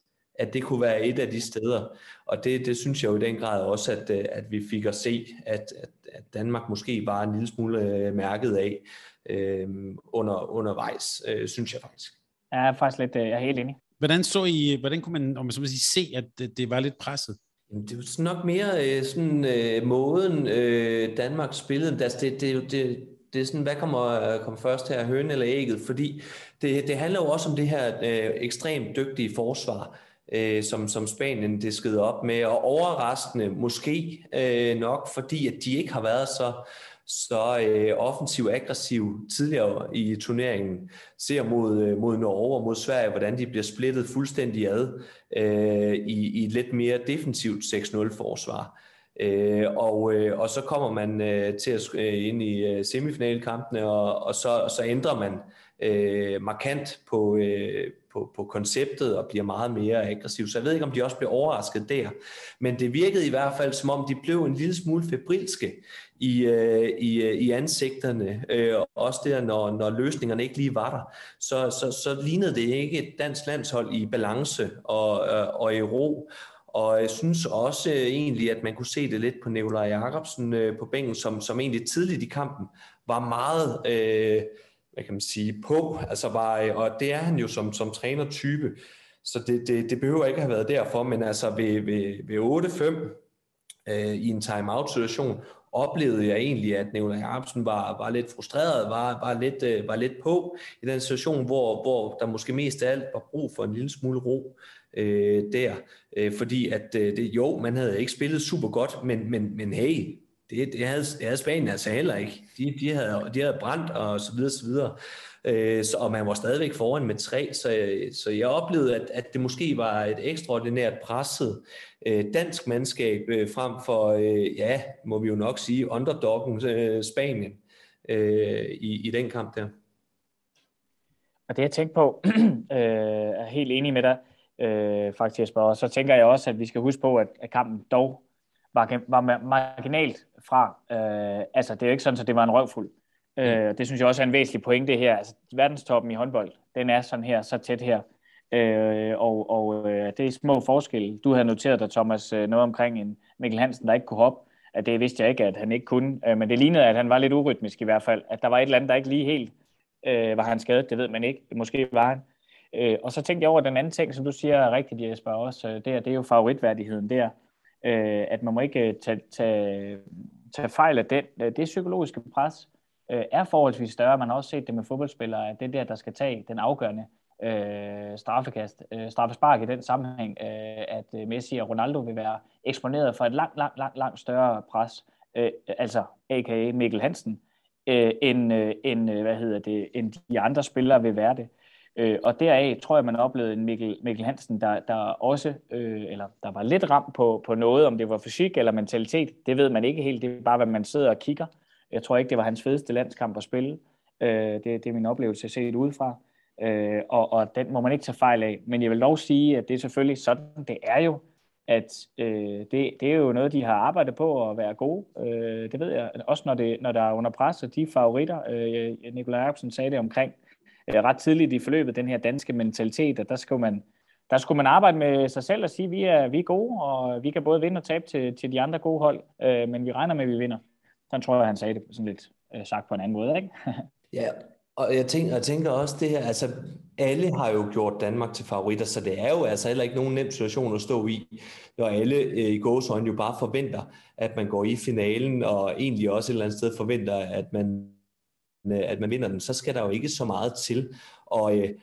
at det kunne være et af de steder. Og det, det synes jeg jo i den grad også, at, at vi fik at se, at, at, at Danmark måske var en lille smule mærket af øh, under, undervejs, øh, synes jeg faktisk. Jeg er faktisk lidt, jeg er helt enig. Hvordan så I, hvordan kunne man, om man så vil sige, se, at det, det var lidt presset? Det er nok mere sådan øh, måden øh, Danmark spillede. Det, det, det, det, det er sådan, hvad kommer, kommer først her, hønen eller ægget? Fordi det, det handler jo også om det her øh, ekstremt dygtige forsvar, Øh, som, som Spanien diskede op med, og overraskende måske øh, nok, fordi at de ikke har været så, så øh, offensiv og aggressiv tidligere i turneringen. Ser mod, øh, mod Norge og mod Sverige, hvordan de bliver splittet fuldstændig ad øh, i, i et lidt mere defensivt seks nul forsvar. Øh, og, øh, og så kommer man øh, til at øh, ind i øh, semifinalekampene, og, og så, så ændrer man øh, markant på, øh, på, på konceptet og bliver meget mere aggressiv. Så jeg ved ikke, om de også blev overrasket der. Men det virkede i hvert fald, som om de blev en lille smule febrilske i, øh, i, i ansigterne. Øh, også der, når, når løsningerne ikke lige var der. Så, så, så lignede det ikke et dansk landshold i balance og, øh, og i ro. Og jeg synes også øh, egentlig, at man kunne se det lidt på Nikolaj Jakobsen øh, på bænken, som, som egentlig tidligt i kampen var meget, øh, hvad kan man sige, på. Altså var, og det er han jo som, som trænertype, så det, det, det behøver ikke have været derfor, men altså ved, ved, ved otte fem øh, i en timeout-situation, oplevede jeg egentlig, at Nikolaj Jakobsen var, var lidt frustreret, var, var, lidt, øh, var lidt på i den situation, hvor, hvor der måske mest af alt var brug for en lille smule ro. Øh, der, øh, fordi at øh, det, jo, man havde ikke spillet super godt, men, men, men hey, det, det, havde, det havde Spanien altså heller ikke. De, de, havde, de havde brændt og så videre, så videre. Øh, så, og man var stadigvæk foran med tre, så, så jeg oplevede, at, at det måske var et ekstraordinært presset øh, dansk mandskab øh, frem for, øh, ja, må vi jo nok sige, underdoggen øh, Spanien øh, i, i den kamp der. Og det jeg tænkte på, øh, er helt enig med dig, Øh, faktisk Jesper. Og så tænker jeg også, at vi skal huske på, at, at kampen dog var, var marginalt fra. Øh, altså, det er jo ikke sådan, at det var en røvfuld. Øh, det synes jeg også er en væsentlig pointe her. Altså, verdenstoppen i håndbold, den er sådan her, så tæt her. Øh, og og øh, det er små forskelle. Du havde noteret dig, Thomas, noget omkring en Mikkel Hansen, der ikke kunne hoppe. at det vidste jeg ikke, at han ikke kunne. Men det lignede, at han var lidt urytmisk i hvert fald. At der var et eller andet, der ikke lige helt øh, var han skadet, det ved man ikke. Måske var han. Øh, og så tænkte jeg over den anden ting, som du siger rigtigt, Jesper, også. Det er, det er jo favoritværdigheden der. Øh, at man må ikke tage, tage, tage fejl af den. Det psykologiske pres øh, er forholdsvis større. Man har også set det med fodboldspillere, at det er der, der skal tage den afgørende øh, straffekast, øh, straffespark i den sammenhæng, øh, at Messi og Ronaldo vil være eksponeret for et langt, langt, langt, langt større pres, øh, altså a k a. Mikkel Hansen, øh, end, øh, end, hvad hedder det, end de andre spillere vil være det. Øh, og deraf tror jeg, man oplevede en Mikkel, Mikkel Hansen, der, der også, øh, eller der var lidt ramt på, på noget, om det var fysik eller mentalitet. Det ved man ikke helt, det er bare, hvad man sidder og kigger. Jeg tror ikke, det var hans fedeste landskamp at spille. Øh, det, det er min oplevelse set udefra. Øh, og, og den må man ikke tage fejl af. Men jeg vil dog sige, at det er selvfølgelig sådan, det er jo, at øh, det, det er jo noget, de har arbejdet på at være gode. Øh, det ved jeg, også når, det, når der er under pres, og de favoritter. Øh, Nikolaj Jacobsen sagde det omkring øh, ret tidligt i forløbet, den her danske mentalitet, at der skulle man, der skulle man arbejde med sig selv og sige, at vi er, vi er gode, og vi kan både vinde og tabe til, til de andre gode hold, øh, men vi regner med, at vi vinder. Sådan tror jeg, han sagde det sådan lidt øh, sagt på en anden måde, ikke? Ja, og jeg tænker, jeg tænker også det her, altså alle har jo gjort Danmark til favoritter, så det er jo altså heller ikke nogen nem situation at stå i, når alle øh, i gåseøjne jo bare forventer, at man går i finalen, og egentlig også et eller andet sted forventer, at man, øh, at man vinder den, så skal der jo ikke så meget til, og øh,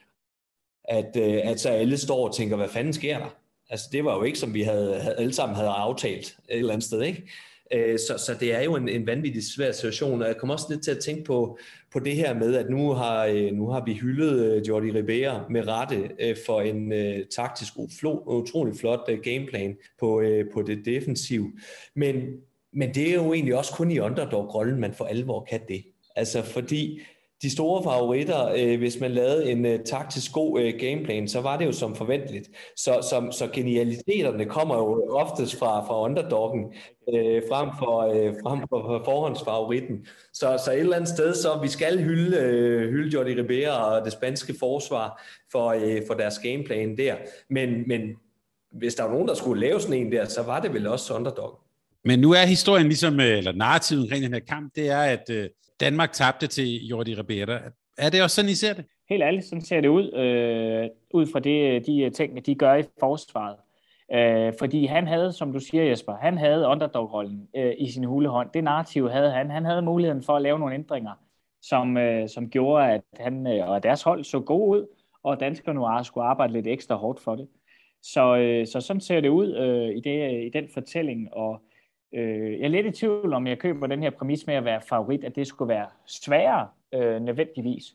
at, øh, at så alle står og tænker, hvad fanden sker der? Altså det var jo ikke, som vi havde, havde alle sammen havde aftalt et eller andet sted, ikke? Så, så det er jo en, en vanvittig svær situation, og jeg kommer også lidt til at tænke på, på det her med, at nu har, nu har vi hyldet Jordi Ribera med rette for en uh, taktisk utrolig flot uh, gameplan på, uh, på det defensiv. Men, men det er jo egentlig også kun i underdog-rollen, man for alvor kan det. Altså fordi de store favoritter, øh, hvis man lavede en øh, taktisk god øh, gameplan, så var det jo som forventeligt. Så, så, så genialiteterne kommer jo oftest fra, fra underdoggen, øh, frem for, øh, frem for, for forhåndsfavoritten. Så, så et eller andet sted, så vi skal hylde, øh, hylde Jordi Ribera og det spanske forsvar for, øh, for deres gameplan der. Men, men hvis der var nogen, der skulle lave sådan en der, så var det vel også underdog. Men nu er historien ligesom, eller narrativet omkring den her kamp, det er, at øh, Danmark tabte til Jordi Ribera. Er det også sådan, I ser det? Helt ærligt, sådan ser det ud, øh, ud fra det, de ting, de gør i forsvaret. Øh, fordi han havde, som du siger Jesper, han havde underdog-rollen øh, i sin hulehånd. Det narrativ havde han. Han havde muligheden for at lave nogle ændringer, som, øh, som gjorde, at han øh, og deres hold så god ud, og danskerne skulle arbejde lidt ekstra hårdt for det. Så, øh, så sådan ser det ud øh, i, det, i den fortælling, og øh, jeg er lidt i tvivl om, jeg køber den her præmis med at være favorit, at det skulle være sværere øh, nødvendigvis,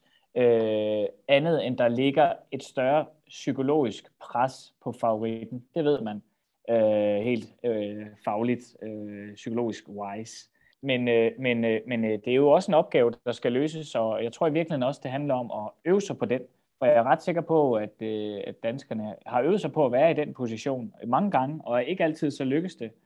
øh, andet end der ligger et større psykologisk pres på favoritten. Det ved man øh, helt øh, fagligt, øh, psykologisk wise. Men, øh, men, øh, men øh, det er jo også en opgave, der skal løses, og jeg tror i virkeligheden også, det handler om at øve sig på den. For jeg er ret sikker på, at, øh, at danskerne har øvet sig på at være i den position mange gange, og ikke altid så lykkes det.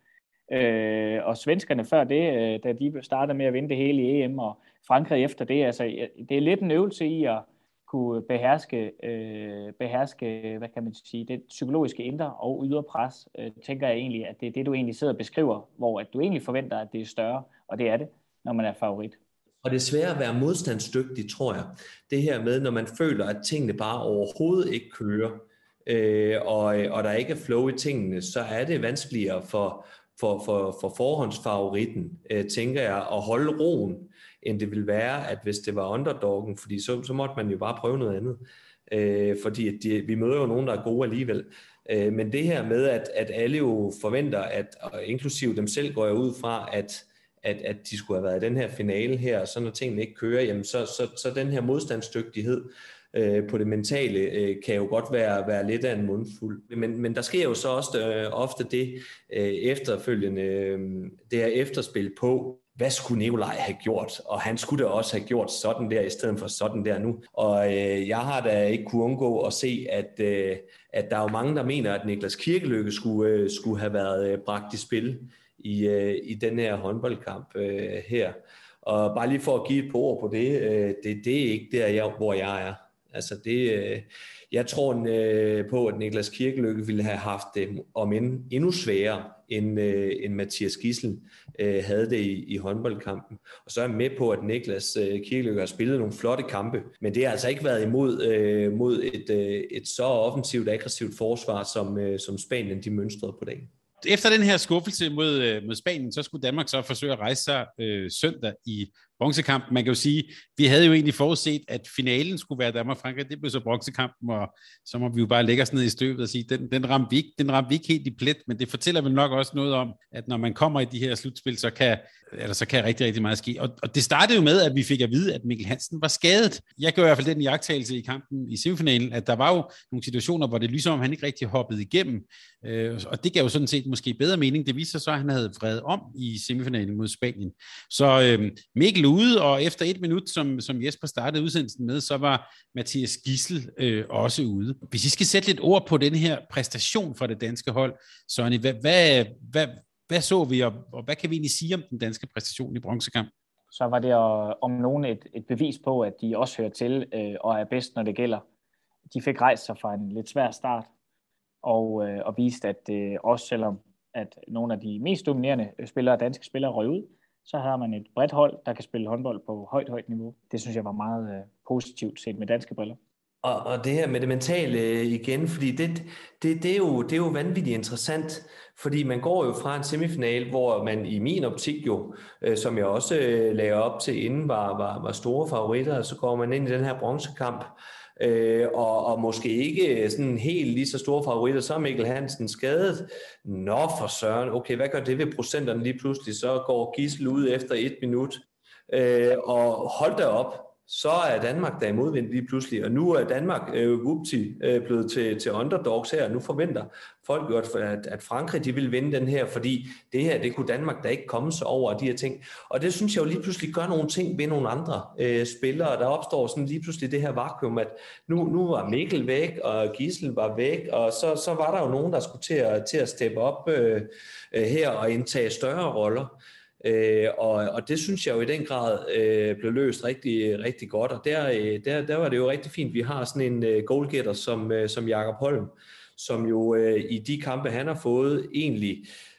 Øh, og svenskerne før det, øh, da de startede med at vinde det hele i E M, og Frankrig efter det, altså det er lidt en øvelse i at kunne beherske, øh, beherske hvad kan man sige, det psykologiske indre og ydre pres, øh, tænker jeg egentlig, at det er det, du egentlig sidder og beskriver, hvor at du egentlig forventer, at det er større, og det er det, når man er favorit. Og det er svært at være modstandsdygtig, tror jeg. Det her med, når man føler, at tingene bare overhovedet ikke kører, øh, og, og der ikke er flow i tingene, så er det vanskeligere for, for, for, for forhåndsfavoritten, øh, tænker jeg, at holde roen, end det ville være, at hvis det var underdoggen, fordi så, så måtte man jo bare prøve noget andet. Øh, fordi de, vi møder jo nogen, der er gode alligevel. Øh, men det her med, at, at alle jo forventer, at, og inklusive dem selv går jeg ud fra, at At, at de skulle have været i den her finale her, og så når tingene ikke kører, jamen så, så, så den her modstandsdygtighed øh, på det mentale øh, kan jo godt være, være lidt af en mundfuld. Men, men der sker jo så også øh, ofte det øh, efterfølgende, øh, det her efterspil på, hvad skulle Nikolaj have gjort? Og han skulle da også have gjort sådan der, i stedet for sådan der nu. Og øh, jeg har da ikke kunne undgå at se, at, øh, at der er jo mange, der mener, at Niklas Kirkelykke skulle, øh, skulle have været øh, bragt i spil i, øh, i den her håndboldkamp øh, her. Og bare lige for at give et par ord på det, øh, det, det er ikke der, jeg, hvor jeg er. Altså det, øh, jeg tror øh, på, at Niklas Kirkeløkke ville have haft det om end endnu sværere, end, øh, end Mathias Gidsel øh, havde det i, i håndboldkampen. Og så er jeg med på, at Niklas øh, Kirkeløkke har spillet nogle flotte kampe, men det har altså ikke været imod øh, mod et, øh, et så offensivt og aggressivt forsvar, som, øh, som Spanien de mønstrede på dagen. Efter den her skuffelse mod, mod Spanien, så skulle Danmark så forsøge at rejse sig øh, søndag i bronzekampen. Man kan jo sige, vi havde jo egentlig forudset, at finalen skulle være Danmark-Frankrig. Det blev så bronzekampen, og så må vi jo bare lægge os ned i støvet og sige, den, den, ramte vi ikke, den ramte vi ikke helt i plet, men det fortæller vel nok også noget om, at når man kommer i de her slutspil, så kan, eller så kan rigtig, rigtig meget ske. Og, og det startede jo med, at vi fik at vide, at Mikkel Hansen var skadet. Jeg gør i hvert fald den iagttagelse i kampen i semifinalen, at der var jo nogle situationer, hvor det lyser om, han ikke rigtig hoppede igennem, øh, og det gav jo sådan set måske bedre mening. Det viste sig så, at han havde vredet om i semifinalen mod Spanien. Så øh, Mikkel ude, og efter et minut, som, som Jesper startede udsendelsen med, så var Mathias Gidsel øh, også ude. Hvis I skal sætte lidt ord på den her præstation for det danske hold, Sonny, hvad, hvad, hvad, hvad så vi, og, og hvad kan vi egentlig sige om den danske præstation i bronzekamp? Så var det om nogen et, et bevis på, at de også hører til øh, og er bedst, når det gælder. De fik rejst sig fra en lidt svær start, og, øh, og viste, at øh, også selvom at nogle af de mest dominerende spillere, danske spillere, røg ud, så har man et bredt hold, der kan spille håndbold på højt, højt niveau. Det synes jeg var meget øh, positivt set med danske briller. Og, og det her med det mentale øh, igen, fordi det, det, det, er jo, det er jo vanvittigt interessant, fordi man går jo fra en semifinal, hvor man i min optik jo, øh, som jeg også øh, lagde op til inden, var, var, var store favoritter, og så går man ind i den her bronzekamp, Øh, og, og måske ikke sådan helt lige så store favoritter, så er Mikkel Hansen skadet. Nå for søren, okay, hvad gør det ved procenterne lige pludselig? Så går Gidsel ud efter et minut, øh, og hold da op, så er Danmark der i modvind lige pludselig, og nu er Danmark øh, whoopty, øh, blevet til, til underdogs her, og nu forventer folk jo, at, at Frankrig de vil vinde den her, fordi det her, det kunne Danmark da ikke komme sig over, de her ting. Og det synes jeg jo lige pludselig gør nogle ting ved nogle andre øh, spillere, der opstår sådan lige pludselig det her vakuum, at nu, nu var Mikkel væk, og Gidsel var væk, og så, så var der jo nogen, der skulle til at, til at steppe op øh, øh, her og indtage større roller. Øh, og, og det synes jeg jo i den grad øh, blev løst rigtig, rigtig godt, og der, øh, der, der var det jo rigtig fint, vi har sådan en øh, goalgetter som, øh, som Jakob Holm, som jo øh, i de kampe han har fået egentlig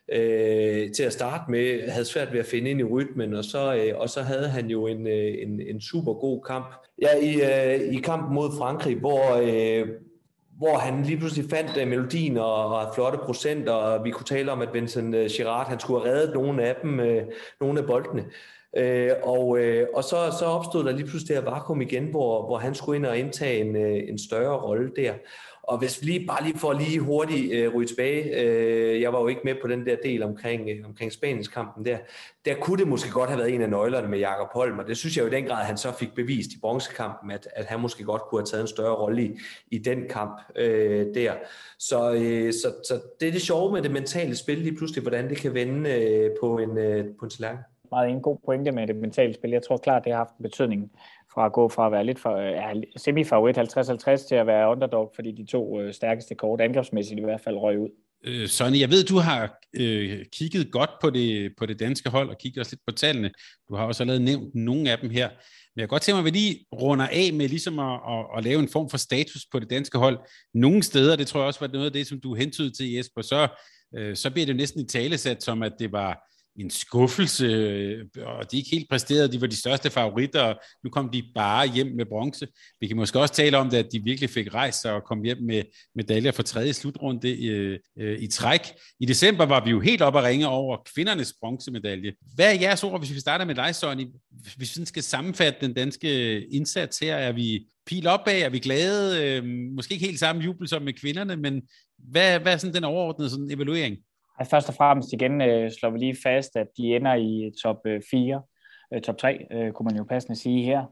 øh, til at starte med, havde svært ved at finde ind i rytmen, og så, øh, og så havde han jo en, øh, en, en super god kamp ja, i, øh, i kampen mod Frankrig, hvor øh, hvor han lige pludselig fandt uh, melodien og, og flotte procenter, og vi kunne tale om, at Vincent uh, Girard, han skulle have reddet nogle af dem, uh, nogle af boldene. Uh, og uh, og så, så opstod der lige pludselig det her vakuum igen, hvor, hvor han skulle ind og indtage en, uh, en større rolle der. Og hvis vi lige, bare lige får lige hurtigt uh, ryge tilbage, uh, jeg var jo ikke med på den der del omkring, uh, omkring Spanienskampen der, der kunne det måske godt have været en af nøglerne med Jakob Holm, og det synes jeg jo i den grad, han så fik bevist i bronzekampen, at, at han måske godt kunne have taget en større rolle i, i den kamp uh, der. Så, uh, så, så det er det sjove med det mentale spil lige pludselig, hvordan det kan vende uh, på en, uh, på en tallerken. Meget en god pointe med det mentale spil. Jeg tror klart, det har haft en betydning fra at gå fra at være lidt for, ja, semi-favorit halvtreds halvtreds til at være underdog, fordi de to øh, stærkeste kort, angrebsmæssigt i hvert fald, røg ud. Øh, Sonny, jeg ved, du har øh, kigget godt på det, på det danske hold, og kigget også lidt på tallene. Du har også allerede nævnt nogle af dem her. Men jeg kan godt tænke mig, at vi lige runder af med ligesom at, at, at lave en form for status på det danske hold. Nogle steder, det tror jeg også var noget af det, som du hentydede til, Jesper, så, øh, så bliver det jo næsten i talesat som, at det var en skuffelse, og de ikke helt præsterede, de var de største favoritter, og nu kom de bare hjem med bronze. Vi kan måske også tale om det, at de virkelig fik rejst sig og kom hjem med medaljer for tredje slutrunde i, øh, i træk. I december var vi jo helt oppe at ringe over kvindernes bronzemedalje. Hvad er jeres ord, hvis vi starter med dig, Sonny? Hvis vi skal sammenfatte den danske indsats her, er vi pil opad, er vi glade? Øh, måske ikke helt samme jubel som med kvinderne, men hvad, hvad er sådan den overordnede sådan evaluering? Først og fremmest igen øh, slår vi lige fast, at de ender i top fire, øh, top tre, øh, kunne man jo passende sige her.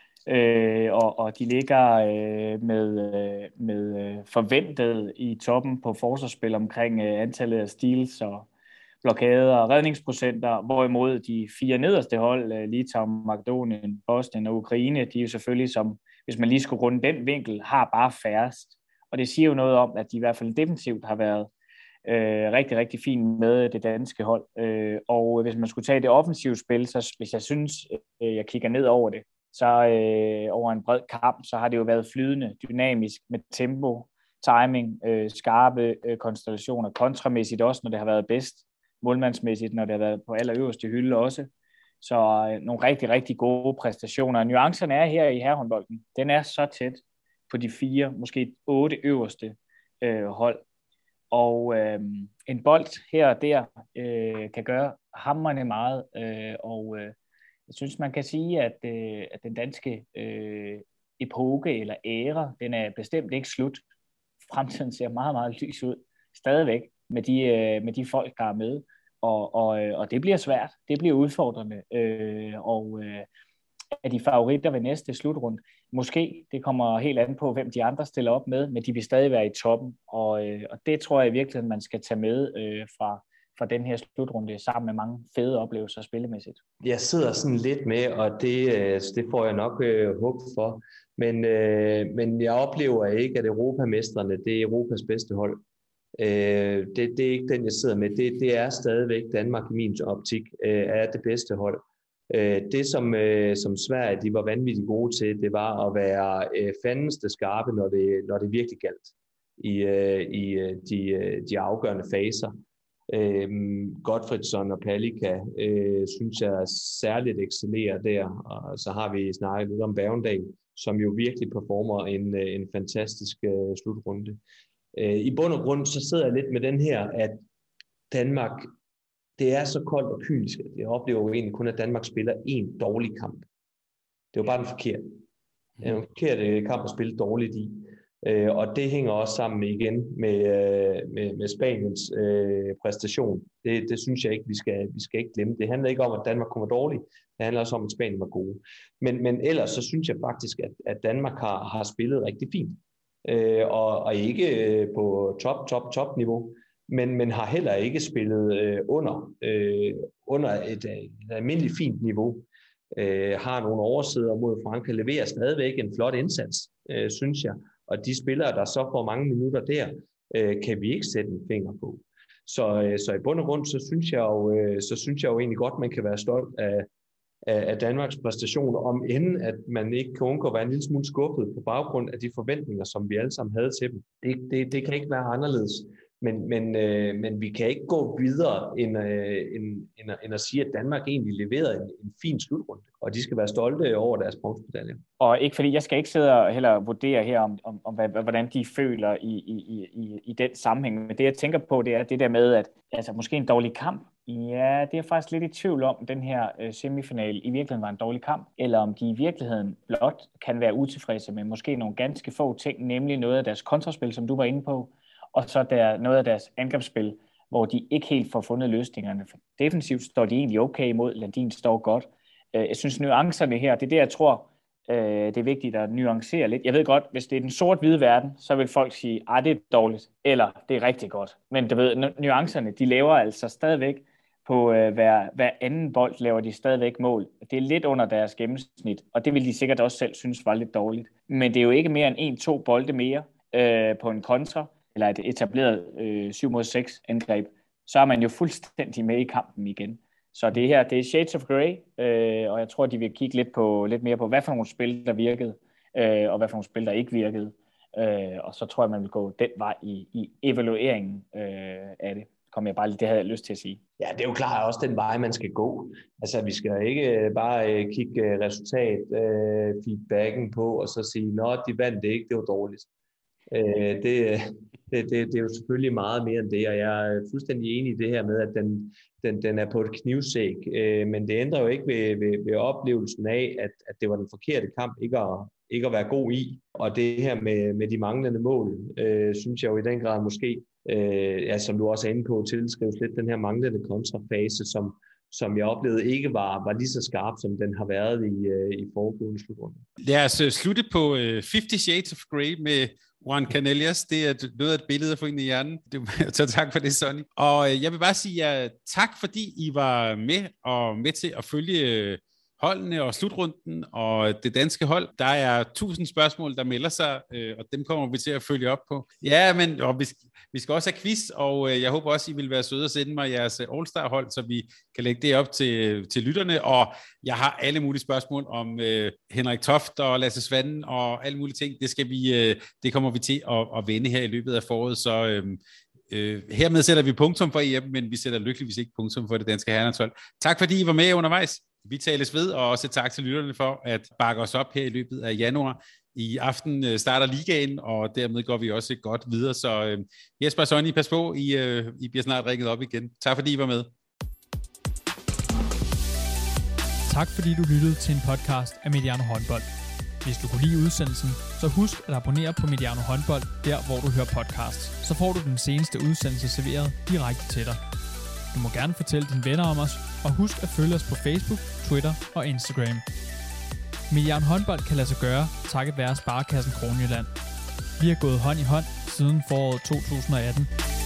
Øh, og, og de ligger øh, med, øh, med øh, forventet i toppen på forsvarsspil omkring øh, antallet af steals og blokader og redningsprocenter, hvorimod de fire nederste hold, øh, Litauen, Makedonien, Bosnien og Ukraine, de er jo selvfølgelig, som hvis man lige skulle runde den vinkel, har bare færrest. Og det siger jo noget om, at de i hvert fald defensivt har været Øh, rigtig, rigtig fint med det danske hold. Øh, og hvis man skulle tage det offensive spil, så hvis jeg synes, øh, jeg kigger ned over det, så øh, over en bred kamp, så har det jo været flydende, dynamisk, med tempo, timing, øh, skarpe øh, konstellationer, kontramæssigt også, når det har været bedst, målmandsmæssigt, når det har været på allerøverste hylde også. Så øh, nogle rigtig, rigtig gode præstationer. Nuancerne er her i herrehåndbolden. Den er så tæt på de fire, måske otte øverste øh, hold. Og øh, en bold her og der øh, kan gøre hamrende meget. Øh, og øh, jeg synes, man kan sige, at, øh, at den danske øh, epoke eller æra, den er bestemt ikke slut. Fremtiden ser meget, meget lys ud. Stadigvæk med de, øh, med de folk, der er med. Og, og, og det bliver svært. Det bliver udfordrende. Øh, og øh, er de favoritter ved næste slutrunde? Måske. Det kommer helt an på, hvem de andre stiller op med, men de vil stadig være i toppen. Og, øh, og det tror jeg i virkeligheden, man skal tage med øh, fra, fra den her slutrunde, sammen med mange fede oplevelser spillemæssigt. Jeg sidder sådan lidt med, og det, det får jeg nok øh, håb for. Men, øh, men jeg oplever ikke, at europamestrene, det er Europas bedste hold. Øh, det, det er ikke den, jeg sidder med. Det, det er stadigvæk Danmark i min optik, øh, er det bedste hold. Øh, det, som, øh, som Sverige de var vanvittigt gode til, det var at være øh, fandeste skarpe, når det, når det virkelig galt i, øh, i de, de afgørende faser. Øh, Gottfridsson og Palika øh, synes jeg særligt excellerer der, og så har vi snakket lidt om Bergendal, som jo virkelig performer en, en fantastisk øh, slutrunde. Øh, I bund og grund så sidder jeg lidt med den her, at Danmark, det er så koldt og kynisk, at jeg oplever jo egentlig kun, at Danmark spiller en dårlig kamp. Det er jo bare den forkerte. Det er en forkert kamp at spille dårligt i. Øh, og det hænger også sammen igen med, med, med Spaniens øh, præstation. Det, det synes jeg ikke, vi skal, vi skal ikke glemme. Det handler ikke om, at Danmark kommer dårligt. Det handler også om, at Spanien var gode. Men, men ellers så synes jeg faktisk, at, at Danmark har, har spillet rigtig fint. Øh, og, og ikke på top, top, top niveau. Men, men har heller ikke spillet øh, under, øh, under et, et almindeligt fint niveau. Øh, har nogle oversider mod Frankrig, leverer stadigvæk en flot indsats, øh, synes jeg. Og de spillere, der så får mange minutter der, øh, kan vi ikke sætte en finger på. Så, øh, så i bund og grund, så synes, jeg jo, øh, så synes jeg jo egentlig godt, man kan være stolt af, af, af Danmarks præstationer, om end at man ikke kan undgå at være en lille smule skuffet på baggrund af de forventninger, som vi alle sammen havde til dem. Det, det, det kan ikke være anderledes. Men, men, øh, men vi kan ikke gå videre end, øh, end, end, end at sige, at Danmark egentlig leverede en, en fin slutrunde, og de skal være stolte over deres bronzemedalje. Og ikke fordi jeg skal ikke sidde og heller vurdere her om, om, om hvordan de føler i, i, i, i den sammenhæng, men det jeg tænker på, det er det der med, at altså, måske en dårlig kamp, ja, det er faktisk lidt i tvivl om, den her øh, semifinal i virkeligheden var en dårlig kamp, eller om de i virkeligheden blot kan være utilfredse med måske nogle ganske få ting, nemlig noget af deres kontraspil, som du var inde på, og så der noget af deres angrebsspil, hvor de ikke helt får fundet løsningerne. Defensivt står de egentlig okay imod, Landin står godt. Jeg synes, nuancerne her, det er det, jeg tror, det er vigtigt at nuancere lidt. Jeg ved godt, hvis det er den sort-hvide verden, så vil folk sige, at det er dårligt, eller det er rigtig godt. Men du ved, nuancerne, de laver altså stadigvæk på hver, hver anden bold, laver de stadigvæk mål. Det er lidt under deres gennemsnit, og det vil de sikkert også selv synes var lidt dårligt. Men det er jo ikke mere end en-to bolde mere øh, på en kontra, eller et etableret øh, syv mod seks angreb, så er man jo fuldstændig med i kampen igen. Så det her, det er shades of grey, øh, og jeg tror, de vil kigge lidt, på, lidt mere på, hvad for nogle spil, der virkede, øh, og hvad for nogle spil, der ikke virkede. Øh, og så tror jeg, man vil gå den vej i, i evalueringen øh, af det. Kom jeg bare lige, det havde jeg lyst til at sige. Ja, det er jo klart også den vej, man skal gå. Altså, vi skal ikke bare kigge resultat, øh, feedbacken på, og så sige, nå, de vandt det ikke, det var dårligt. Øh, det, det, det, det er jo selvfølgelig meget mere end det, og jeg er fuldstændig enig i det her med, at den, den, den er på et knivsæg, øh, men det ændrer jo ikke ved, ved, ved oplevelsen af, at, at det var den forkerte kamp ikke at, ikke at være god i, og det her med, med de manglende mål, øh, synes jeg jo i den grad måske, øh, ja, som du også er inde på, tilskrives lidt den her manglende kontrafase, som, som jeg oplevede ikke var, var lige så skarp, som den har været i, øh, i foregående slutrunde. Lad os slutte på øh, Fifty Shades of Grey med Juan Canellas. Det er noget af et billede at få ind i hjernen. Så tak for det, Sonny. Og jeg vil bare sige ja, tak, fordi I var med og med til at følge holdene og slutrunden og det danske hold. Der er tusind spørgsmål, der melder sig, øh, og dem kommer vi til at følge op på. Ja, men og vi, vi skal også have quiz, og øh, jeg håber også, I vil være søde at sende mig jeres All-Star-hold, så vi kan lægge det op til, til lytterne. Og jeg har alle mulige spørgsmål om øh, Henrik Toft og Lasse Svanden og alle mulige ting. Det, skal vi, øh, det kommer vi til at, at vende her i løbet af foråret, så... Øh, Øh, hermed sætter vi punktum for E M, men vi sætter lykkeligvis ikke punktum for det danske herrelandshold. Tak fordi I var med undervejs. Vi tales ved, og også tak til lytterne for at bakke os op her i løbet af januar. I aften starter ligaen, og dermed går vi også godt videre. Så øh, Jesper og Sonny, pas på, I, øh, I bliver snart ringet op igen. Tak fordi I var med. Tak fordi du lyttede til en podcast af Mediano Håndbold. Hvis du kunne lide udsendelsen, så husk at abonnere på Mediano Håndbold, der hvor du hører podcasts. Så får du den seneste udsendelse serveret direkte til dig. Du må gerne fortælle dine venner om os, og husk at følge os på Facebook, Twitter og Instagram. Mediano Håndbold kan lade sig gøre, takket være Sparekassen Kronjylland. Vi har gået hånd i hånd siden foråret to tusind og atten.